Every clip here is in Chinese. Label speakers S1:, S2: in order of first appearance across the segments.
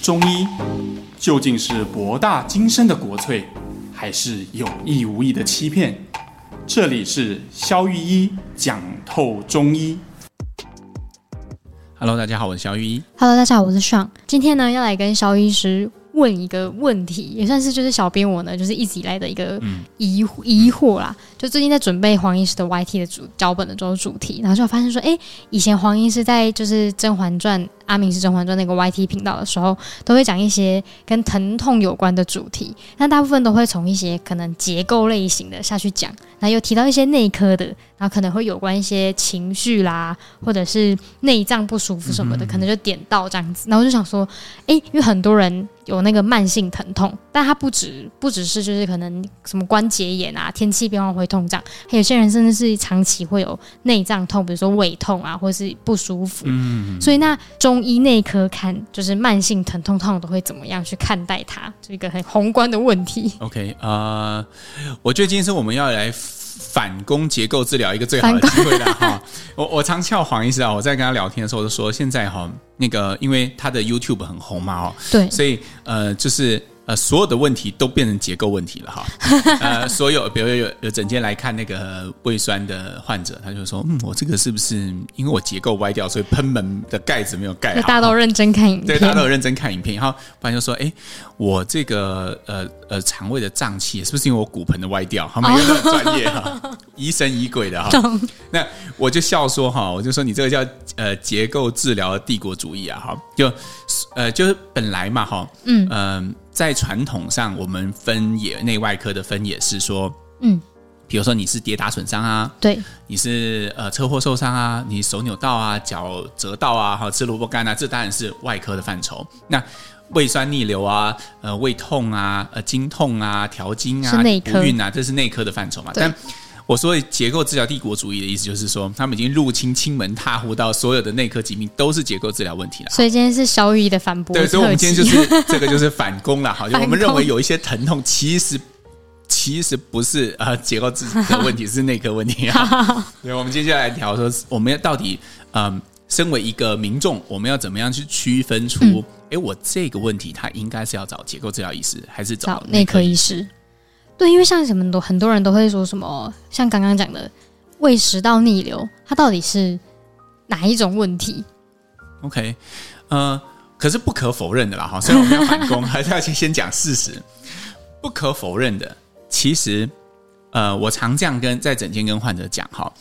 S1: 中医究竟是博大精深的国粹，还是有意无意的欺骗？这里是肖玉一讲透中医。Hello， 大家好，我是肖玉一。
S2: Hello， 大家好，我是Sean。今天呢，要来跟肖医师问一个问题，也算是就是小编我呢，就是一直以来的一个疑惑啦。就最近在准备黄医师的 YT 的脚本的主题，然后就发现说，以前黄医师在就是《甄嬛传》阿明是《甄嬛传》那个 YT 频道的时候，都会讲一些跟疼痛有关的主题，但大部分都会从一些可能结构类型的下去讲，然后又提到一些内科的，然后可能会有关一些情绪啦，或者是内脏不舒服什么的，可能就点到这样子。然后我就想说，因为很多人有那个慢性疼痛，但它不只是就是可能什么关节炎啊、天气变化会痛这样，还有些人甚至是长期会有内脏痛，比如说胃痛啊，或是不舒服。所以那中医内科看就是慢性疼痛，通常都会怎么样去看待它？这个很宏观的问题。
S3: OK， 我觉得今天是我们要来反攻结构治疗一个最好的机会了哈。我常笑黄医师啊，我在跟他聊天的时候就说，现在哈那个因为他的 YouTube 很红嘛
S2: 对，
S3: 所以就是所有的问题都变成结构问题了哈。所有比如有整天来看那个胃酸的患者，他就说，我这个是不是因为我结构歪掉，所以喷门的盖子没有盖好？
S2: 大家都认真看影片，
S3: 对，大家都有认真看影片。然后不然就说，我这个肠胃的胀气是不是因为我骨盆的歪掉？他们有很专业哈，疑神疑鬼的哈。那我就笑说哈，我就说你这个叫结构治疗的帝国主义啊哈，就是本来嘛哈，在传统上，我们分野内外科的分野是说，比如说你是跌打损伤啊，
S2: 对，
S3: 你是车祸受伤啊，你手扭到啊，脚折到啊，吃萝卜干啊，这当然是外科的范畴。那胃酸逆流啊，胃痛啊，经痛啊，调经啊，不孕啊，这是内科的范畴嘛。但我说结构治疗帝国主义的意思就是说，他们已经入侵亲门踏户到所有的内科疾病都是结构治疗问题了。
S2: 所以今天是小雨的反驳，
S3: 对，所以我们今天就是这个就是反攻了。好，我们认为有一些疼痛其实不是结构治疗的问题，是内科问题啊。对，我们接下来聊说，我们到底身为一个民众，我们要怎么样去区分出，我这个问题他应该是要找结构治疗医师，还是找内科医师？
S2: 对，因为像很多人都会说什么，像刚刚讲的胃食道逆流，它到底是哪一种问题
S3: ？OK， 可是不可否认的啦哈，所以我们要反攻，还是要先讲事实。不可否认的，其实我常这样在诊间跟患者讲哈，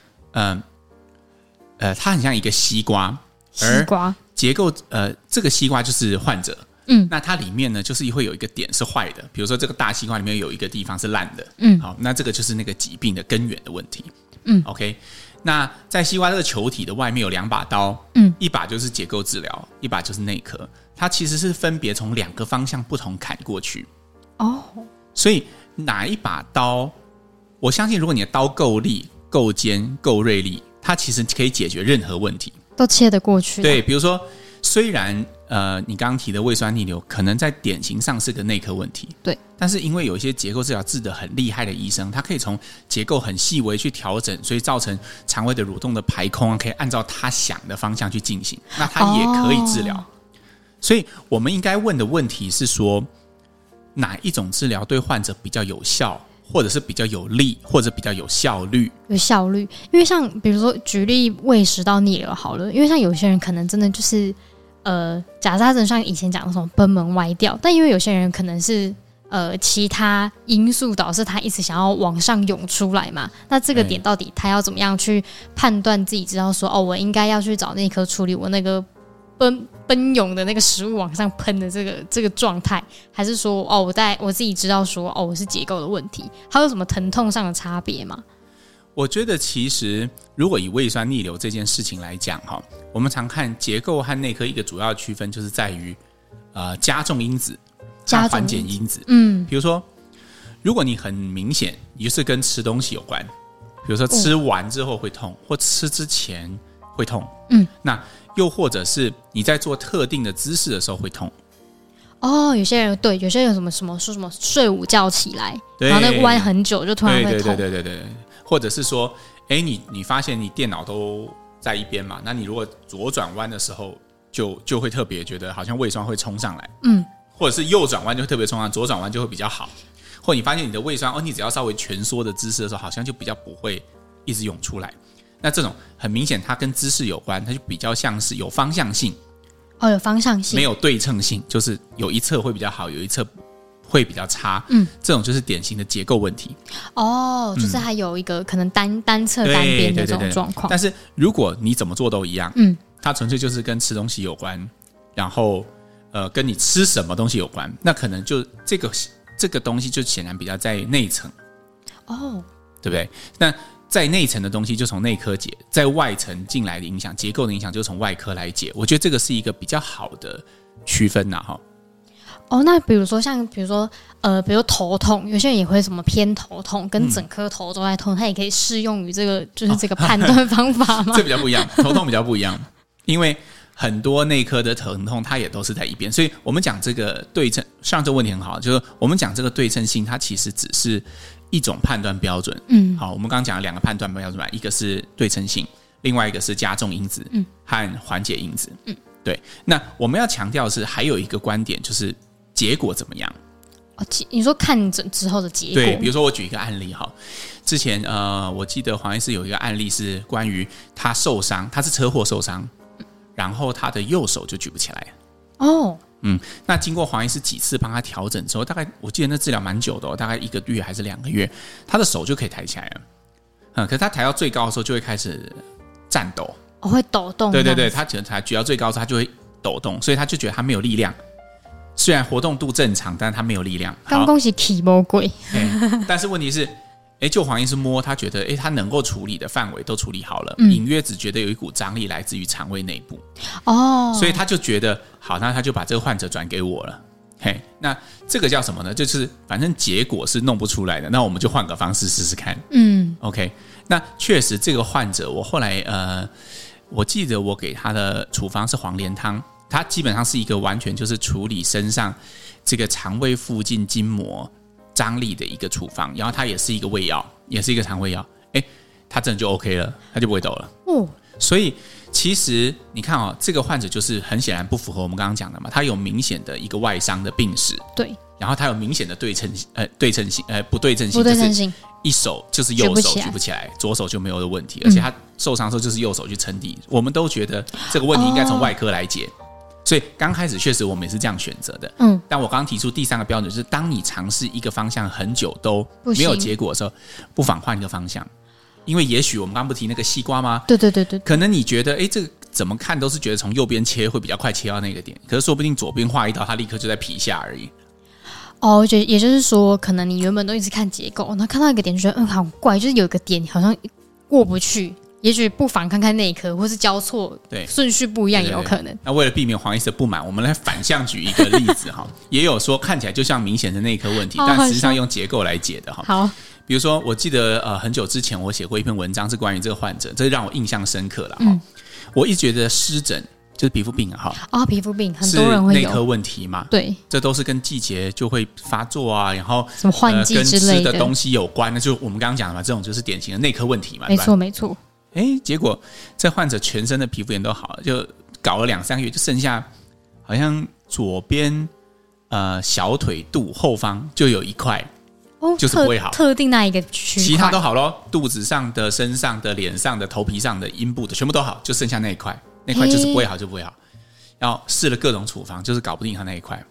S3: 它很像一个西瓜，而结构这个西瓜就是患者。那它里面呢，就是会有一个点是坏的，比如说这个大西瓜里面有一个地方是烂的，好，那这个就是那个疾病的根源的问题。OK， 那在西瓜这个球体的外面有两把刀，一把就是结构治疗，一把就是内科，它其实是分别从两个方向不同砍过去。所以哪一把刀，我相信如果你的刀够利、够尖、够锐利，它其实可以解决任何问题，
S2: 都切得过去。
S3: 对，比如说虽然你刚刚提的胃酸逆流可能在典型上是个内科问题，
S2: 对，
S3: 但是因为有一些结构治疗治得很厉害的医生，他可以从结构很细微去调整，所以造成肠胃的蠕动的排空可以按照他想的方向去进行，那他也可以治疗。所以我们应该问的问题是说，哪一种治疗对患者比较有效，或者是比较有利，或者比较有效率？有效率，
S2: 因为像比如说举例胃食道逆流好了，因为像有些人可能真的就是假设他真的像以前讲的什么贲门歪掉，但因为有些人可能是其他因素导致他一直想要往上涌出来嘛，那这个点到底他要怎么样去判断自己知道说，我应该要去找内科处理我那个奔涌的那个食物往上喷的这个状态，还是说我自己知道说我是结构的问题，还有什么疼痛上的差别吗？
S3: 我觉得其实如果以胃酸逆流这件事情来讲哈，我们常看结构和内科一个主要区分就是在于加重因子和缓解因子。比如说如果你很明显你就是跟吃东西有关，比如说吃完之后会痛，或吃之前会痛，那又或者是你在做特定的姿势的时候会痛。
S2: 有些人有些人说什么睡午觉起来，然后那个弯很久就突然会痛。
S3: 对，或者是说你发现你电脑都在一边嘛，那你如果左转弯的时候就会特别觉得好像胃酸会冲上来，或者是右转弯就会特别冲上来，左转弯就会比较好，或你发现你的胃酸你只要稍微蜷缩的姿势的时候，好像就比较不会一直涌出来。那这种很明显它跟姿势有关，它就比较像是有方向性，
S2: 有方向性，
S3: 没有对称性，就是有一侧会比较好，有一侧会比较差，这种就是典型的结构问题。
S2: 就是它有一个可能单侧单边的这种状况。
S3: 但是如果你怎么做都一样，它纯粹就是跟吃东西有关，然后跟你吃什么东西有关，那可能就这个东西就显然比较在内层，对不对？那在内层的东西就从内科解，在外层进来的影响，结构的影响就从外科来解。我觉得这个是一个比较好的区分哈。
S2: 那比如说比如头痛，有些人也会什么偏头痛，跟整颗头都在痛，它也可以适用于这个就是这个判断方法吗？
S3: 这比较不一样，头痛比较不一样，因为很多内科的疼痛它也都是在一边，所以我们讲这个对称，上这个问题很好，就是我们讲这个对称性，它其实只是一种判断标准。好，我们刚刚讲了2个判断标准，一个是对称性，另外一个是加重因子和缓解因子。对。那我们要强调的是，还有一个观点就是结果怎么样？
S2: 你说看诊之后的结果？
S3: 对，比如说我举一个案例哈，之前我记得黄医师有一个案例是关于他受伤，他是车祸受伤，然后他的右手就举不起来。那经过黄医师几次帮他调整之后，大概我记得那治疗蛮久的大概1个月还是2个月，他的手就可以抬起来了。可是他抬到最高的时候就会开始颤抖，
S2: 会抖动。
S3: 对，他举到最高的时候他就会抖动，所以他就觉得他没有力量。虽然活动度正常，但是他没有力量。
S2: 刚恭喜起魔鬼。
S3: 但是问题是，就黄医师摸，他觉得他能够处理的范围都处理好了，隐约只觉得有一股张力来自于肠胃内部。所以他就觉得好，那他就把这个患者转给我了。那这个叫什么呢？就是反正结果是弄不出来的，那我们就换个方式试试看。OK， 那确实这个患者，我后来我记得我给他的处方是黄连汤。它基本上是一个完全就是处理身上这个肠胃附近筋膜张力的一个处方，然后它也是一个胃药，也是一个肠胃药。它真的就 OK 了，它就不会抖了。所以其实你看这个患者就是很显然不符合我们刚刚讲的嘛，他有明显的一个外伤的病史，
S2: 对，
S3: 然后他有明显的不对称性，就是一手就是右手举不起来，左手就没有的问题，而且他受伤的时候就是右手去撑地，我们都觉得这个问题应该从外科来解。所以刚开始确实我们也是这样选择的，但我刚刚提出第3个标准就是当你尝试一个方向很久都没有结果的时候，不妨换一个方向，因为也许我们刚刚不提那个西瓜吗？
S2: 对，
S3: 可能你觉得这个怎么看都是觉得从右边切会比较快切到那个点，可是说不定左边划一刀它立刻就在皮下而已。
S2: 也就是说可能你原本都一直看结构，然后看到一个点就觉得好怪，就是有一个点好像过不去，也许不妨看看内科，或是交错顺序不一样也有可能。
S3: 那为了避免黄医师的不满，我们来反向举一个例子哈，也有说看起来就像明显的内科问题，但实际上用结构来解的哈。
S2: 好，
S3: 比如说我记得很久之前我写过一篇文章是关于这个患者，这让我印象深刻了哈。我一直觉得湿疹就是皮肤病
S2: 皮肤病很多人会有
S3: 是内科问题嘛？
S2: 对，
S3: 这都是跟季节就会发作啊，然后
S2: 什么换季之类
S3: 跟吃的东西有关，那就我们刚刚讲的嘛，这种就是典型的内科问题嘛。
S2: 没错。
S3: 结果这患者全身的皮肤炎都好了，就搞了2-3个月，就剩下好像左边小腿肚后方就有一块，就是不会好，
S2: 特定那一个区块，
S3: 其他都好咯，肚子上的、身上的、脸上的、头皮上的、阴部的全部都好，就剩下那一块，那块就是不会好就不会好。然后试了各种处方，就是搞不定他那一块。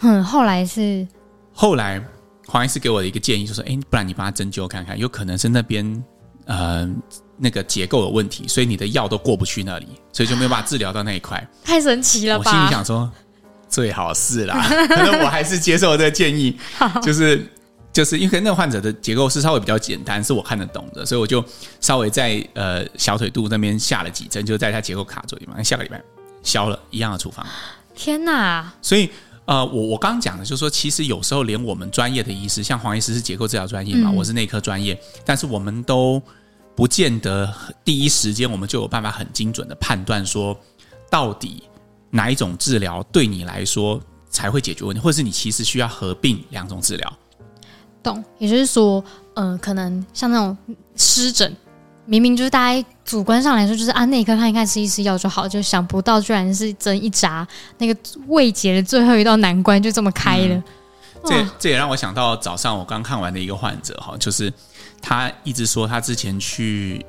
S3: 后来黄医师给我的一个建议就是说，不然你帮他针灸看看，有可能是那边那个结构有问题，所以你的药都过不去那里，所以就没有办法治疗到那一块。
S2: 太神奇了吧！
S3: 我心里想说，最好是啦，可能我还是接受这个建议，就是因为那个患者的结构是稍微比较简单，是我看得懂的，所以我就稍微在小腿肚那边下了几针，就在他结构卡住的地方，下个礼拜消了一样的处方。
S2: 天哪！
S3: 所以我刚刚讲的就是说，其实有时候连我们专业的医师，像黄医师是结构治疗专业嘛，我是内科专业，但是我们都不见得第一时间我们就有办法很精准的判断说，到底哪一种治疗对你来说才会解决问题，或者是你其实需要合并2种治疗。
S2: 懂，也就是说，可能像那种湿疹， 明明就是大家主观上来说就是啊内科看一看吃一吃药就好，就想不到居然是针一扎，那个未解的最后一道难关就这么开了。
S3: 这也让我想到早上我刚看完的一个患者哈，就是他一直说他之前去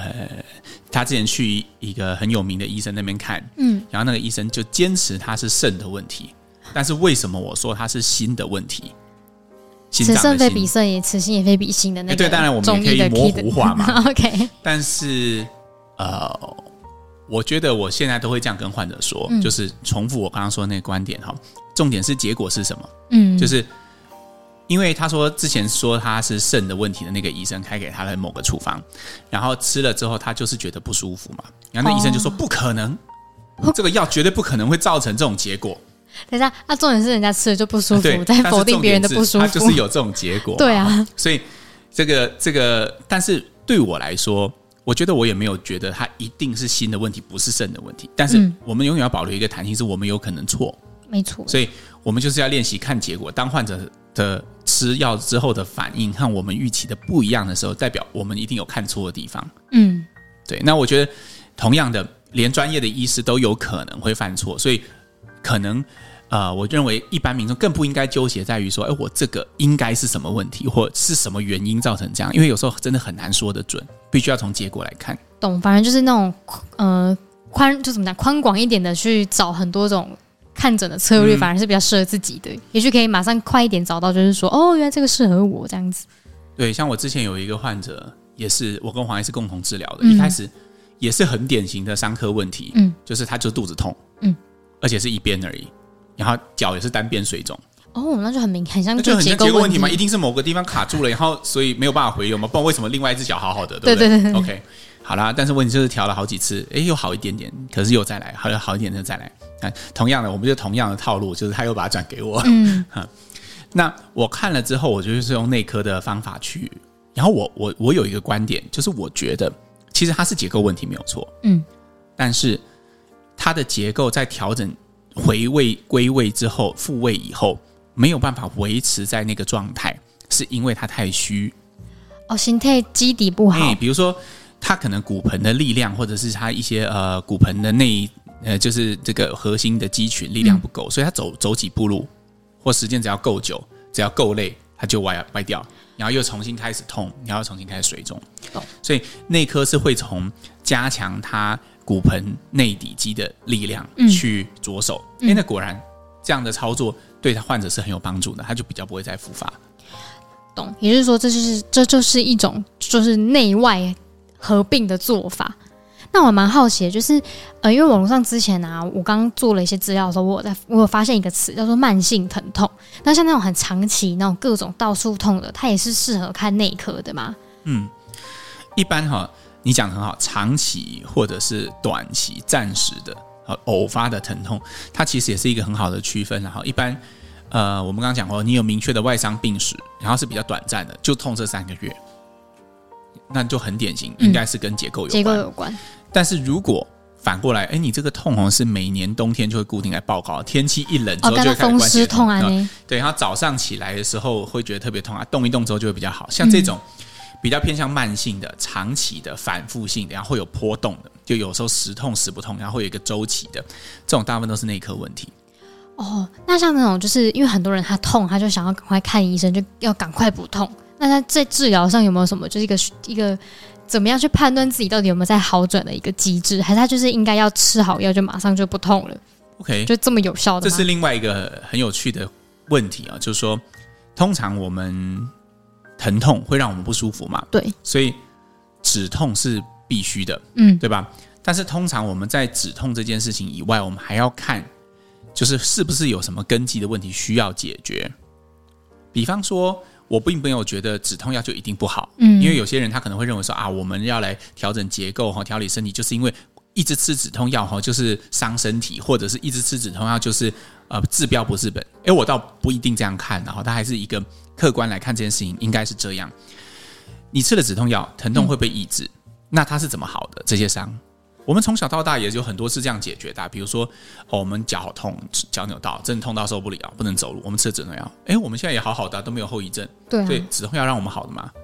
S3: 一个很有名的医生那边看，然后那个医生就坚持他是肾的问题，但是为什么我说他是心的问题？
S2: 此肾非彼肾也，此心也非彼心的那个。
S3: 对，当然我们也可以模糊化嘛。
S2: OK，
S3: 但是我觉得我现在都会这样跟患者说，就是重复我刚刚说的那个观点哈。重点是结果是什么？就是因为他说之前说他是肾的问题的那个医生开给他的某个处方，然后吃了之后他就是觉得不舒服嘛，然后那医生就说不可能，这个药绝对不可能会造成这种结果。
S2: 等一下，重点是人家吃了就不舒服，在否定别人的不舒服，
S3: 他就是有这种结果。
S2: 对啊，
S3: 所以这个，但是对我来说，我觉得我也没有觉得它一定是心的问题，不是肾的问题。但是我们永远要保留一个弹性，是我们有可能错，
S2: 没错。
S3: 所以我们就是要练习看结果。当患者的吃药之后的反应和我们预期的不一样的时候，代表我们一定有看错的地方。对。那我觉得同样的，连专业的医师都有可能会犯错，所以可能我认为一般民众更不应该纠结在于说，我这个应该是什么问题，或是什么原因造成这样，因为有时候真的很难说得准，必须要从结果来看。
S2: 懂，反正就是那种就怎么讲，宽广一点的去找很多种看诊的策略，反而是比较适合自己的，也许可以马上快一点找到，就是说原来这个适合我这样子。
S3: 对，像我之前有一个患者，也是我跟黄医师共同治疗的，一开始也是很典型的伤科问题，就是他就肚子痛，而且是一边而已，然后脚也是单边水肿。
S2: 那就很像
S3: 就很像结构问题嘛，一定是某个地方卡住了，然后所以没有办法回流嘛，不然为什么另外一只脚好好的，对不对？对 OK， 好啦，但是问题就是调了好几次，又好一点点，可是又再来，好一点点再来。同样的，我们就同样的套路，就是他又把它转给我。那我看了之后，我就是用内科的方法去，然后我有一个观点，就是我觉得其实它是结构问题没有错，但是它的结构在调整回位归位之后复位以后没有办法维持在那个状态，是因为它太虚
S2: 形态基底不好。
S3: 比如说它可能骨盆的力量，或者是它一些骨盆的就是这个核心的肌群力量不够，所以它走几步路或时间只要够久，只要够累，它就歪掉，然后又重新开始痛，然后重新开始水肿。所以内科是会从加强它骨盆内底肌的力量去着手。那果然这样的操作对他患者是很有帮助的，他就比较不会再复发。
S2: 懂，也就是说这就是一种就是内外合并的做法。那我蛮好奇的，就是因为网络上之前我刚做了一些资料的时候，我有发现一个词叫做慢性疼痛。那像那种很长期那种各种到处痛的，它也是适合看内科的吗？
S3: 一般你讲得很好，长期或者是短期暂时的偶发的疼痛，它其实也是一个很好的区分。然后一般我们刚刚讲过，你有明确的外伤病史，然后是比较短暂的，就痛这3个月，那就很典型，应该是跟结构有关。但是如果反过来，你这个痛是每年冬天就会固定来报告，天气一冷之后就会开始关节痛对，然后早上起来的时候会觉得特别痛动一动之后就会比较好。像这种比较偏向慢性的、长期的、反复性的，然后会有波动的，就有时候时痛时不痛，然后会有一个周期的，这种大部分都是内科问题。
S2: 那像那种就是因为很多人他痛，他就想要赶快看医生，就要赶快补痛。那他在治疗上有没有什么就是一个怎么样去判断自己到底有没有在好转的一个机制，还是他就是应该要吃好药就马上就不痛了
S3: ？OK，
S2: 就这么有效的吗？
S3: 这是另外一个很有趣的问题就是说，通常我们疼痛会让我们不舒服嘛，
S2: 对，
S3: 所以止痛是必须的，对吧？但是通常我们在止痛这件事情以外，我们还要看就是是不是有什么根基的问题需要解决。比方说我并没有觉得止痛药就一定不好，因为有些人他可能会认为说我们要来调整结构调理身体，就是因为一直吃止痛药就是伤身体，或者是一直吃止痛药就是治标不治本。我倒不一定这样看，然后它还是一个客观来看这件事情应该是这样。你吃了止痛药，疼痛会被抑制，那它是怎么好的？这些伤我们从小到大也有很多是这样解决的，比如说我们脚好痛，脚扭到，真的痛到受不了，不能走路，我们吃了止痛药，我们现在也好好的，都没有后遗症。
S2: 对，
S3: 所以止痛药让我们好的吗？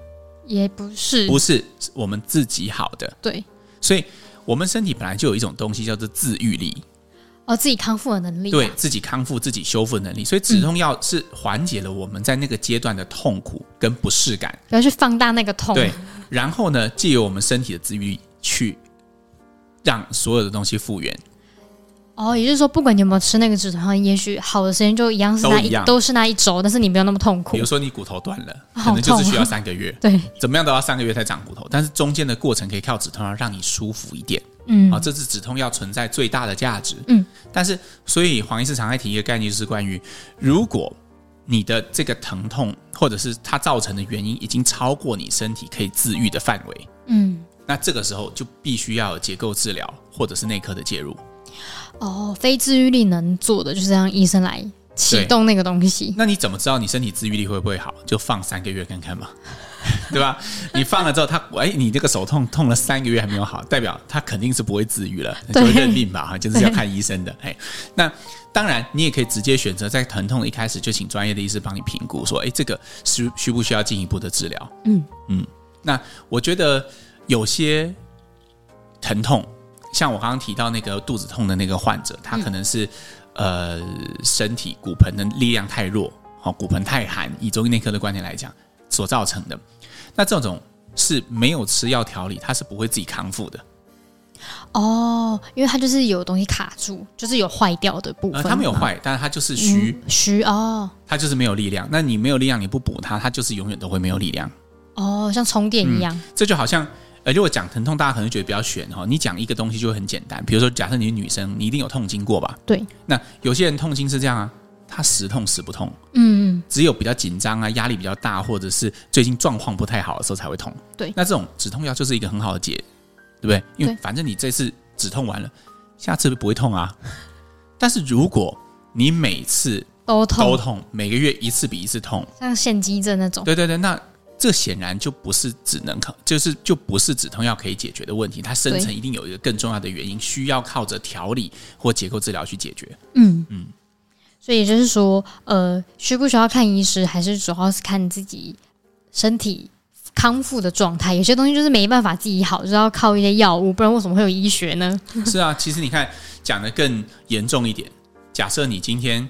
S2: 也不是，
S3: 不是我们自己好的。
S2: 对，
S3: 所以我们身体本来就有一种东西叫做自愈力。
S2: 自己康复的能力，
S3: 对，自己康复、自己修复的能力，所以止痛药是缓解了我们在那个阶段的痛苦跟不适感，
S2: 不要去放大那个痛。
S3: 对，然后呢，借由我们身体的自愈力去让所有的东西复原。
S2: 也就是说，不管你有没有吃那个止痛药，也许好的时间就一样是都是那一周，但是你没有那么痛苦。
S3: 比如说你骨头断了，可能就是需要3个月，
S2: 对，
S3: 怎么样都要3个月才长骨头，但是中间的过程可以靠止痛药让你舒服一点。这是止痛药存在最大的价值。但是所以黄医师常在提一个概念，就是关于如果你的这个疼痛或者是它造成的原因已经超过你身体可以自愈的范围，那这个时候就必须要有结构治疗或者是内科的介入。
S2: 非自愈力能做的就是让医生来启动那个东西。
S3: 那你怎么知道你身体自愈力会不会好？就放3个月看看嘛，对吧？你放了之后，你这个手痛了3个月还没有好，代表它肯定是不会自愈了，就认命吧，就是要看医生的。那当然，你也可以直接选择在疼痛的一开始就请专业的医师帮你评估，说，这个需不需要进一步的治疗？那我觉得有些疼痛。像我刚刚提到那个肚子痛的那个患者，他可能是身体骨盆的力量太弱，骨盆太寒，以中医内科的观点来讲所造成的。那这种是没有吃药调理，它是不会自己康复的。
S2: 因为它就是有东西卡住，就是有坏掉的部分。
S3: 它没有坏，但是它就是虚它就是没有力量。那你没有力量，你不补它，它就是永远都会没有力量。
S2: 像充电一样。
S3: 这就好像。如果讲疼痛，大家可能觉得比较玄哈。你讲一个东西就会很简单，比如说，假设你是女生，你一定有痛经过吧？
S2: 对。
S3: 那有些人痛经是这样啊，他时痛时不痛，只有比较紧张啊、压力比较大，或者是最近状况不太好的时候才会痛。
S2: 对。
S3: 那这种止痛药就是一个很好的解，对不对？因为反正你这次止痛完了，下次不会痛啊。但是如果你每次都痛，每个月一次比一次痛，
S2: 像腺肌症那种，
S3: 对，那。这显然就不是就不是止痛药可以解决的问题，它深层一定有一个更重要的原因，需要靠着调理或结构治疗去解决。
S2: 所以就是说，需不需要看医师，还是主要是看自己身体康复的状态。有些东西就是没办法自己好，就是要靠一些药物，不然为什么会有医学呢？
S3: 是啊，其实你看讲得更严重一点，假设你今天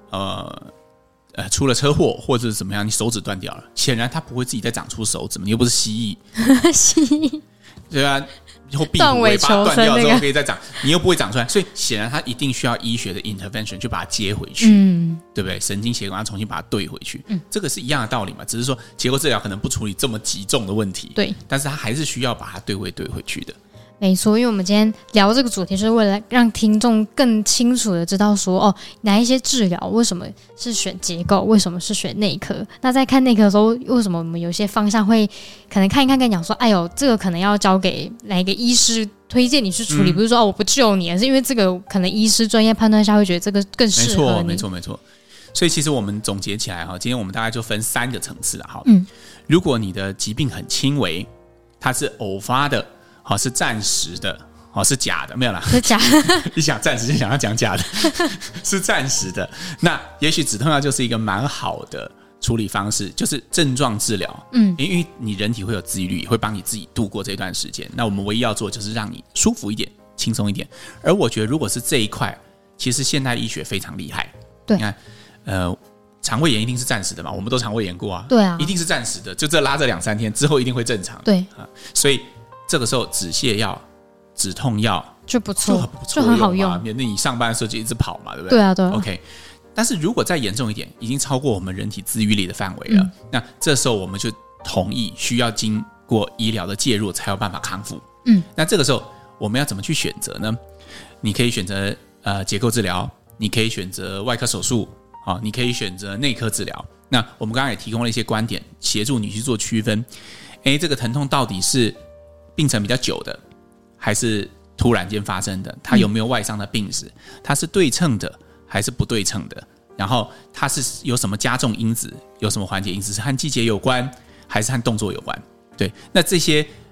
S3: 出了车祸或者是怎么样，你手指断掉了，显然它不会自己再长出手指嘛，你又不是蜥蜴，蜥蜴对啊，然后壁虎尾巴断掉之后可以再长，你又不会长出来，所以显然它一定需要医学的 intervention 去把它接回去，对不对？神经血管要重新把它对回去，这个是一样的道理嘛，只是说结构治疗可能不处理这么极重的问题，
S2: 对，
S3: 但是它还是需要把它对回去的。
S2: 没错，因为我们今天聊这个主题，就是为了让听众更清楚的知道说，哪一些治疗为什么是选结构，为什么是选内科。那在看内科的时候，为什么我们有些方向会可能看一看，跟你讲说，哎呦，这个可能要交给哪个医师推荐你去处理，不是说我不救你，是因为这个可能医师专业判断下会觉得这个更适合你。
S3: 没错。所以其实我们总结起来今天我们大概就分3个层次了。如果你的疾病很轻微，它是偶发的。是暂时的，是假的，没有啦，
S2: 是假的。
S3: 一想暂时就想要讲假的，是暂时的。那也许止痛药就是一个蛮好的处理方式，就是症状治疗。因为你人体会有自愈力，会帮你自己度过这段时间。那我们唯一要做的就是让你舒服一点、轻松一点。而我觉得，如果是这一块，其实现代医学非常厉害。
S2: 对，
S3: 你看，肠胃炎一定是暂时的嘛，我们都肠胃炎过啊，
S2: 对啊，
S3: 一定是暂时的，就拉这2-3天之后一定会正常。
S2: 对
S3: 所以。这个时候止泻药、止痛药
S2: 就不错，就很好用，
S3: 免得你上班的时候就一直跑嘛，对不
S2: 对？对啊。
S3: OK， 但是如果再严重一点，已经超过我们人体自愈力的范围了，那这时候我们就同意需要经过医疗的介入才有办法康复。那这个时候我们要怎么去选择呢？你可以选择结构治疗，你可以选择外科手术，你可以选择内科治疗。那我们刚刚也提供了一些观点，协助你去做区分。这个疼痛到底是病程比较久的，还是突然间发生的？它有没有外伤的病史？它是对称的还是不对称的？然后它是有什么加重因子，有什么缓解因子？是和季节有关，还是和动作有关？对，那这些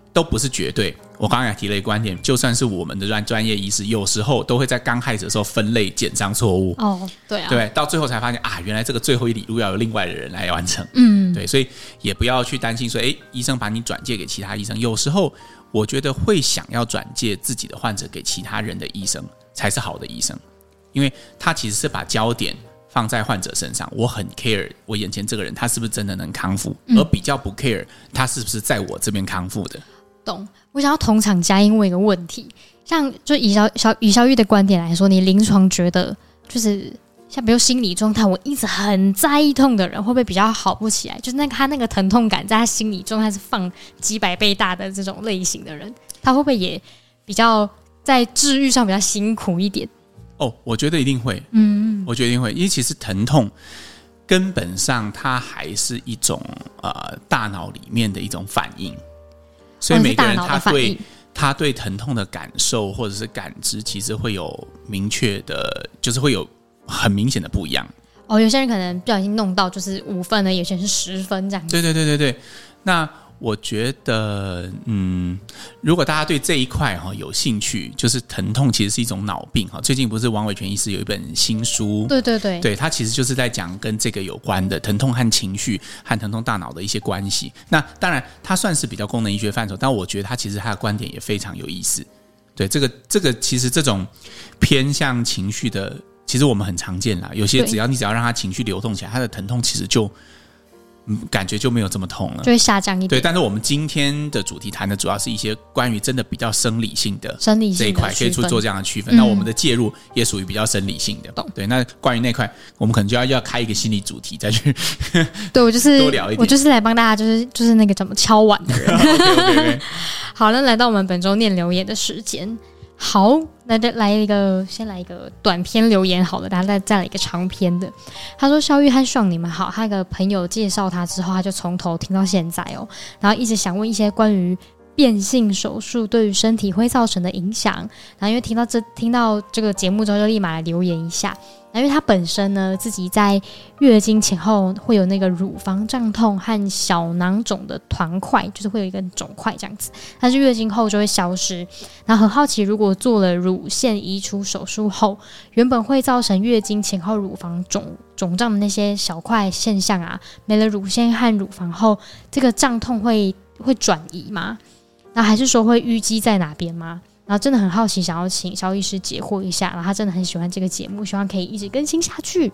S3: 都不是绝对。我刚才也提了一个观点，就算是我们的专业医师，有时候都会在刚开始的时候分类简章错误。
S2: 对啊，
S3: 对，到最后才发现啊，原来这个最后一里路要有另外的人来完成。对，所以也不要去担心说，医生把你转介给其他医生。有时候我觉得会想要转介自己的患者给其他人的医生才是好的医生，因为他其实是把焦点放在患者身上，我很 care 我眼前这个人他是不是真的能康复，而比较不 care 他是不是在我这边康复的。
S2: 懂。我想要同场加映问一个问题，像就以小玉的观点来说，你临床觉得就是像比如心理状态，我一直很在意痛的人，会不会比较好不起来？就是他那个疼痛感在他心理状态是放几百倍大的这种类型的人，他会不会也比较在治愈上比较辛苦一点？
S3: 我觉得一定会。我觉得一定会，因为其实疼痛根本上它还是一种大脑里面的一种反应，所以每个人他对疼痛的感受或者是感知，其实会有明确的，就是会有很明显的不一样。
S2: 有些人可能不小心弄到就是5分的，有些人是10分这样子。
S3: 对。那我觉得，如果大家对这一块有兴趣，就是疼痛其实是一种脑病最近不是王伟全医师有一本新书，对，他其实就是在讲跟这个有关的疼痛和情绪和疼痛大脑的一些关系。那当然，它算是比较功能医学范畴，但我觉得他其实他的观点也非常有意思。对，这个其实这种偏向情绪的，其实我们很常见啦。有些只要让他情绪流动起来，他的疼痛其实就感觉就没有这么痛了，
S2: 就会下降一点。
S3: 对，但是我们今天的主题谈的主要是一些关于真的比较生理性的这一块，可以做这样的区分。那我们的介入也属于比较生理性的。对，那关于那块，我们可能就要开一个心理主题再去
S2: 对，我就是
S3: 多聊一点。
S2: 我就是来帮大家，就是那个怎么敲碗的人。
S3: okay.
S2: 好，那来到我们本周念留言的时间。好，那就先来一个短篇留言好了，大家再来一个长篇的。他说：肖玉和爽你们好，他有个朋友介绍他之后，他就从头听到现在然后一直想问一些关于变性手术对于身体会造成的影响。然后因为听到这个节目之后，就立马来留言一下。因为他本身呢自己在月经前后会有那个乳房胀痛和小囊肿的团块，就是会有一个肿块这样子，但是月经后就会消失。然后很好奇，如果做了乳腺移除手术后，原本会造成月经前后乳房肿胀的那些小块现象啊，没了乳腺和乳房后，这个胀痛会转移吗？然后还是说会淤积在哪边吗？然后真的很好奇，想要请肖医师解惑一下。然后他真的很喜欢这个节目，希望可以一直更新下去。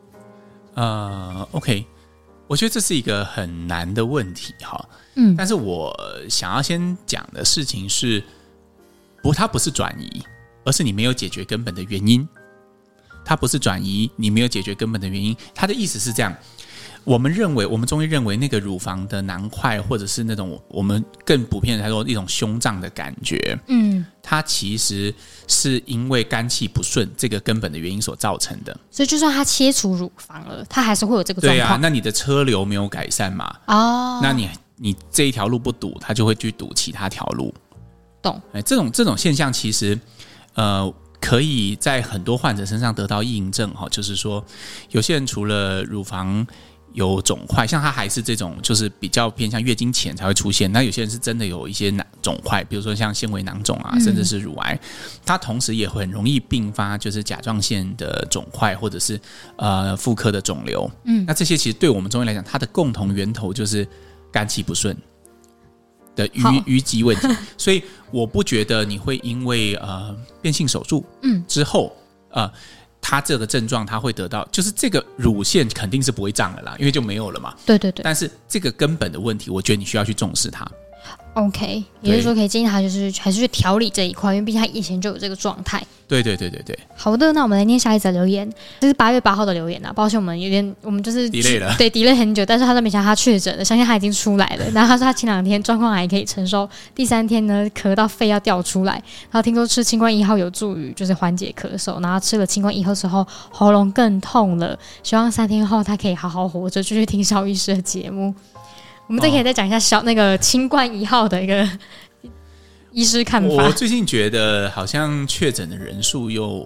S3: OK， 我觉得这是一个很难的问题哈。但是我想要先讲的事情是，它不是转移，而是你没有解决根本的原因。它不是转移，你没有解决根本的原因。它的意思是这样。我们中医认为那个乳房的囊块，或者是那种我们更普遍的来说一种胸胀的感觉，它其实是因为肝气不顺这个根本的原因所造成的。
S2: 所以就算它切除乳房了，它还是会有这个状况。
S3: 对啊，那你的车流没有改善嘛？那你这一条路不堵，它就会去堵其他条路。
S2: 懂？
S3: 这种现象其实可以在很多患者身上得到印证就是说，有些人除了乳房有肿块，像它还是这种就是比较偏向月经前才会出现，那有些人是真的有一些肿块，比如说像纤维囊肿啊，甚至是乳癌，它同时也很容易并发就是甲状腺的肿块或者是妇科的肿瘤。那这些其实对我们中医来讲，它的共同源头就是肝气不顺的淤积问题。所以我不觉得你会因为变性手术之后它这个症状它会得到，就是这个乳腺肯定是不会胀了啦，因为就没有了嘛。
S2: 对。
S3: 但是这个根本的问题，我觉得你需要去重视它。
S2: OK， 也就是说可以建议他就是还是去调理这一块，因为毕竟他以前就有这个状态。
S3: 对。
S2: 好的，那我们来念下一则留言，这是8月8号的留言啊，抱歉我们就是
S3: delay 了，
S2: 对 delay 很久，但是他都没想到他确诊了，相信他已经出来了。然后他说他前2天状况还可以承受，第3天呢咳到肺要掉出来，然后听说吃清冠1号有助于就是缓解咳嗽，然后吃了清冠1号之后喉咙更痛了，希望3天后他可以好好活着，继续听肖医师的节目。我们可以再讲一下那个清冠1号的一个医师看法。
S3: 我最近觉得好像确诊的人数又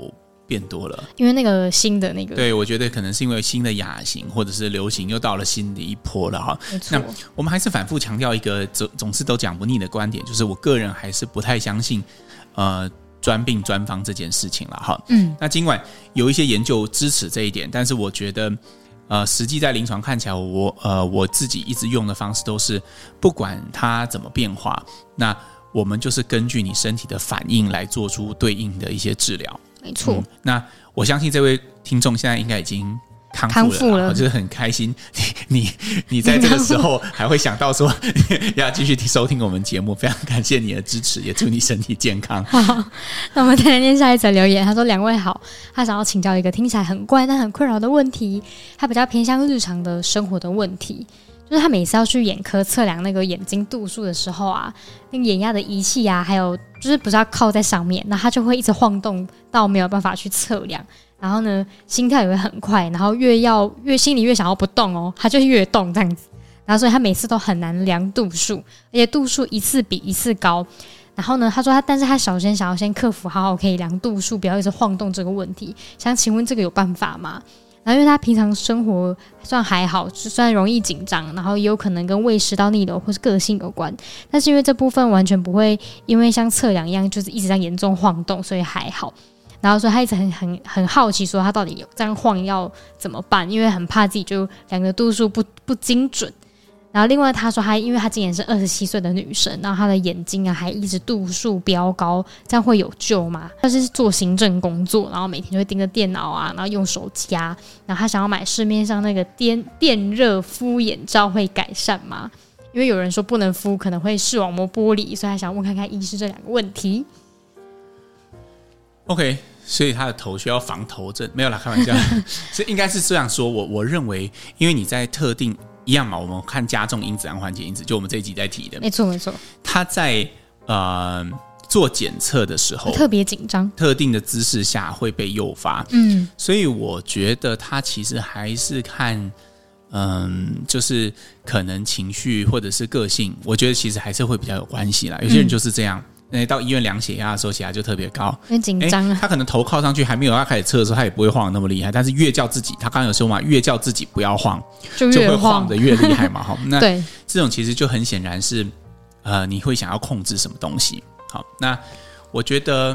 S3: 变多了，
S2: 因为那个新的那个，
S3: 对，我觉得可能是因为新的亚型或者是流行又到了新的一波了哈。那我们还是反复强调一个总是都讲不腻的观点，就是我个人还是不太相信专病专方这件事情了哈。那尽管有一些研究支持这一点，但是我觉得实际在临床看起来，我自己一直用的方式都是，不管它怎么变化，那我们就是根据你身体的反应来做出对应的一些治疗。
S2: 没错。
S3: 那我相信这位听众现在应该已经康复了，就是很开心。你在这个时候还会想到说要继续收听我们节目，非常感谢你的支持，也祝你身体健康。
S2: 好，那我们再来念下一则留言。他说：“2位好，他想要请教一个听起来很怪但很困扰的问题，他比较偏向日常的生活的问题。就是他每次要去眼科测量那个眼睛度数的时候啊，那个眼压的仪器啊，还有就是不是要靠在上面，那他就会一直晃动到没有办法去测量。然后呢，心跳也会很快，然后越心里越想要不动哦，他就越动这样子。然后所以他每次都很难量度数，而且度数一次比一次高。然后呢，他说但是他首先想要先克服好好可以量度数，不要一直晃动这个问题。想请问这个有办法吗？”然后因为他平常生活算还好，虽然容易紧张，然后也有可能跟胃食道逆流或是个性有关，但是因为这部分完全不会因为像测量一样就是一直在严重晃动，所以还好。然后所以他一直很好奇说他到底有这样晃要怎么办，因为很怕自己就量的度数不精准。然后另外他说因为他今年是27岁的女生，然后他的眼睛啊还一直度数飙高，这样会有救吗？他是做行政工作，然后每天就会盯着电脑啊，然后用手机啊，然后他想要买市面上那个电热敷眼罩会改善吗？因为有人说不能敷可能会视网膜剥离，所以他想问看看医师这2个问题。
S3: OK， 所以他的头需要防头症，没有啦，开玩笑。所以应该是这样说，我认为，因为你在特定一样嘛，我们看加重因子和缓解因子，就我们这一集在提的，
S2: 没错没错。
S3: 他在做检测的时候特
S2: 别紧张，
S3: 特定的姿势下会被诱发，所以我觉得他其实还是看，就是可能情绪或者是个性，我觉得其实还是会比较有关系啦。有些人就是这样。到医院量血压的时候，血压就特别高，
S2: 因为紧张啊。
S3: 他可能头靠上去，还没有要开始测的时候，他也不会晃得那么厉害。但是越叫自己，他刚刚有说嘛，越叫自己不要晃，就会晃得越厉害嘛。好，那这种其实就很显然是，你会想要控制什么东西。好，那我觉得，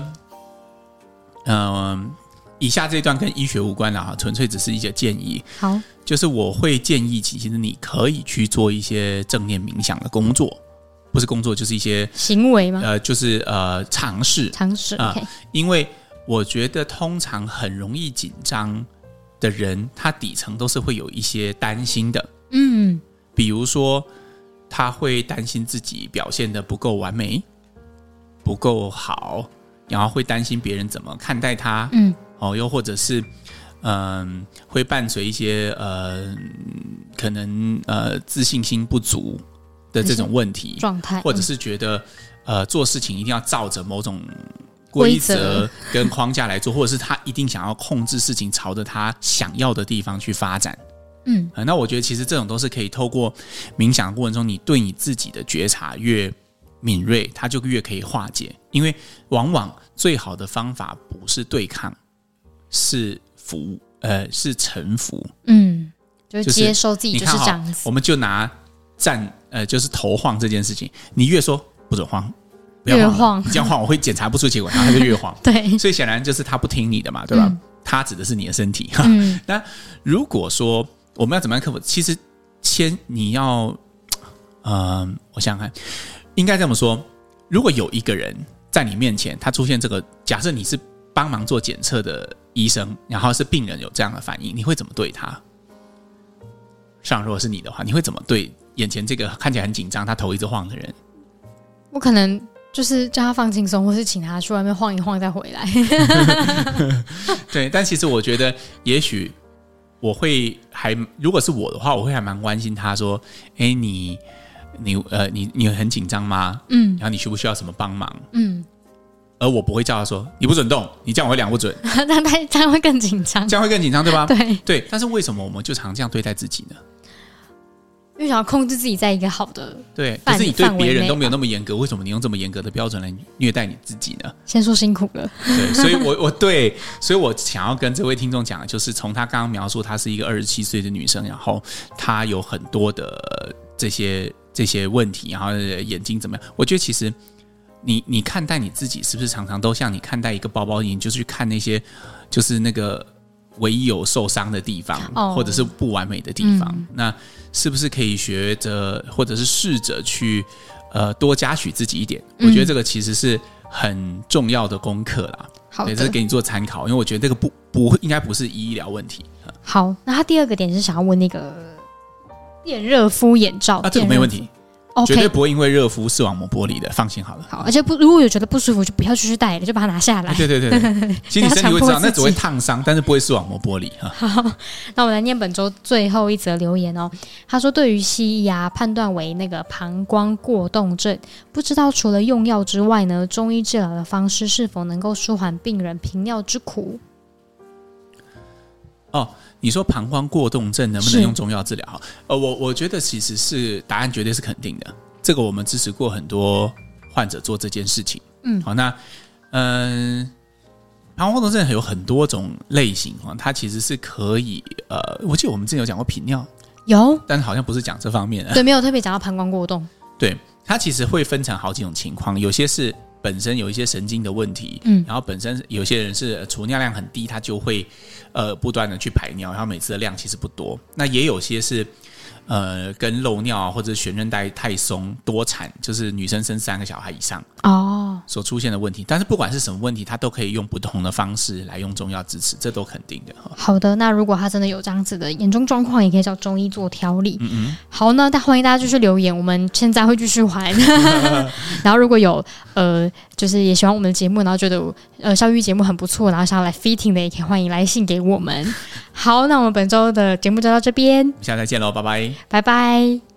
S3: 以下这段跟医学无关啦，纯粹只是一些建议。
S2: 好，
S3: 就是我会建议，其实你可以去做一些正念冥想的工作。不是工作，就是一些
S2: 行为吗？
S3: 就是尝试
S2: ，okay。
S3: 因为我觉得通常很容易紧张的人，他底层都是会有一些担心的，比如说他会担心自己表现得不够完美、不够好，然后会担心别人怎么看待他，又或者是会伴随一些可能自信心不足的这种问题
S2: 状态，
S3: 或者是觉得做事情一定要照着某种规则跟框架来做，或者是他一定想要控制事情朝着他想要的地方去发展。那我觉得其实这种都是可以透过冥想的过程中，你对你自己的觉察越敏锐，它就越可以化解。因为往往最好的方法不是对抗，是是臣服。
S2: 就是接受自己就是这样子。
S3: 我们就拿就是头晃这件事情，你越说不准晃，不要晃，你这样晃我会检查不出结果，然后他就越晃。
S2: 对，
S3: 所以显然就是他不听你的嘛，对吧？他指的是你的身体。那如果说我们要怎么样克服？其实你要，我想想看，应该这么说：如果有一个人在你面前，他出现这个，假设你是帮忙做检测的医生，然后是病人有这样的反应，你会怎么对他？如果是你的话，你会怎么对眼前这个看起来很紧张、他头一直晃的人？
S2: 我可能就是叫他放轻松，或是请他去外面晃一晃再回来。
S3: 对，但其实我觉得，也许我会如果是我的话，我会还蛮关心他说：“你很紧张吗？然后你需不需要什么帮忙？”而我不会叫他说：“你不准动，你这样我会量不准。”
S2: 这样会更紧张，
S3: 这样会更紧张，对吧？
S2: 对。
S3: 但是为什么我们就常这样对待自己呢？
S2: 因为想要控制自己在一个好的
S3: 对，可是你对别人都没有那么严格，为什么你用这么严格的标准来虐待你自己呢？
S2: 先说辛苦了。
S3: 对，所以我想要跟这位听众讲的就是，从他刚刚描述她是一个27岁的女生，然后她有很多的这些问题，然后眼睛怎么样？我觉得其实你看待你自己是不是常常都像你看待一个包包，你就是去看那些就是那个唯一有受伤的地方，或者是不完美的地方，那是不是可以学着或者是试着去多嘉许自己一点？我觉得这个其实是很重要的功课啦。
S2: 好的，
S3: 这是给你做参考，因为我觉得这个不应该不是医疗问题。
S2: 好，那他第二个点是想要问那个电热敷眼罩
S3: 这个没问题。
S2: Okay.
S3: 绝对不会因为热敷视网膜剥离的，放心好了。
S2: 好，而且如果有觉得不舒服，就不要继续戴了，就把它拿下来。
S3: 对，其实你身体会知道，那只会烫伤，但是不会视网膜剥离。
S2: 好，那我来念本周最后一则留言哦。他说，对于西医判断为那个膀胱过动症，不知道除了用药之外呢，中医治疗的方式是否能够舒缓病人频尿之苦？
S3: 你说膀胱过动症能不能用中药治疗？我觉得其实是答案绝对是肯定的。这个我们支持过很多患者做这件事情。好，那膀胱过动症有很多种类型，它其实是可以我记得我们之前有讲过频尿，
S2: 有，
S3: 但好像不是讲这方面的。
S2: 对，没有特别讲到膀胱过动。
S3: 对，它其实会分成好几种情况，有些是本身有一些神经的问题，然后本身有些人是储尿量很低，他就会不断的去排尿，然后每次的量其实不多。那也有些是跟漏尿或者悬韧带太松、多产，就是女生生3个小孩以上所出现的问题。但是不管是什么问题，他都可以用不同的方式来用中药支持，这都肯定的。
S2: 好的，那如果他真的有这样子的严重状况，也可以找中医做调理。好，那欢迎大家继续留言，我们现在会继续还。然后如果有就是也喜欢我们的节目，然后觉得校育节目很不错，然后想要来 fitting 的，也可以欢迎来信给我们。好，那我们本周的节目就到这边，
S3: 下次再见喽，拜拜，
S2: 拜拜。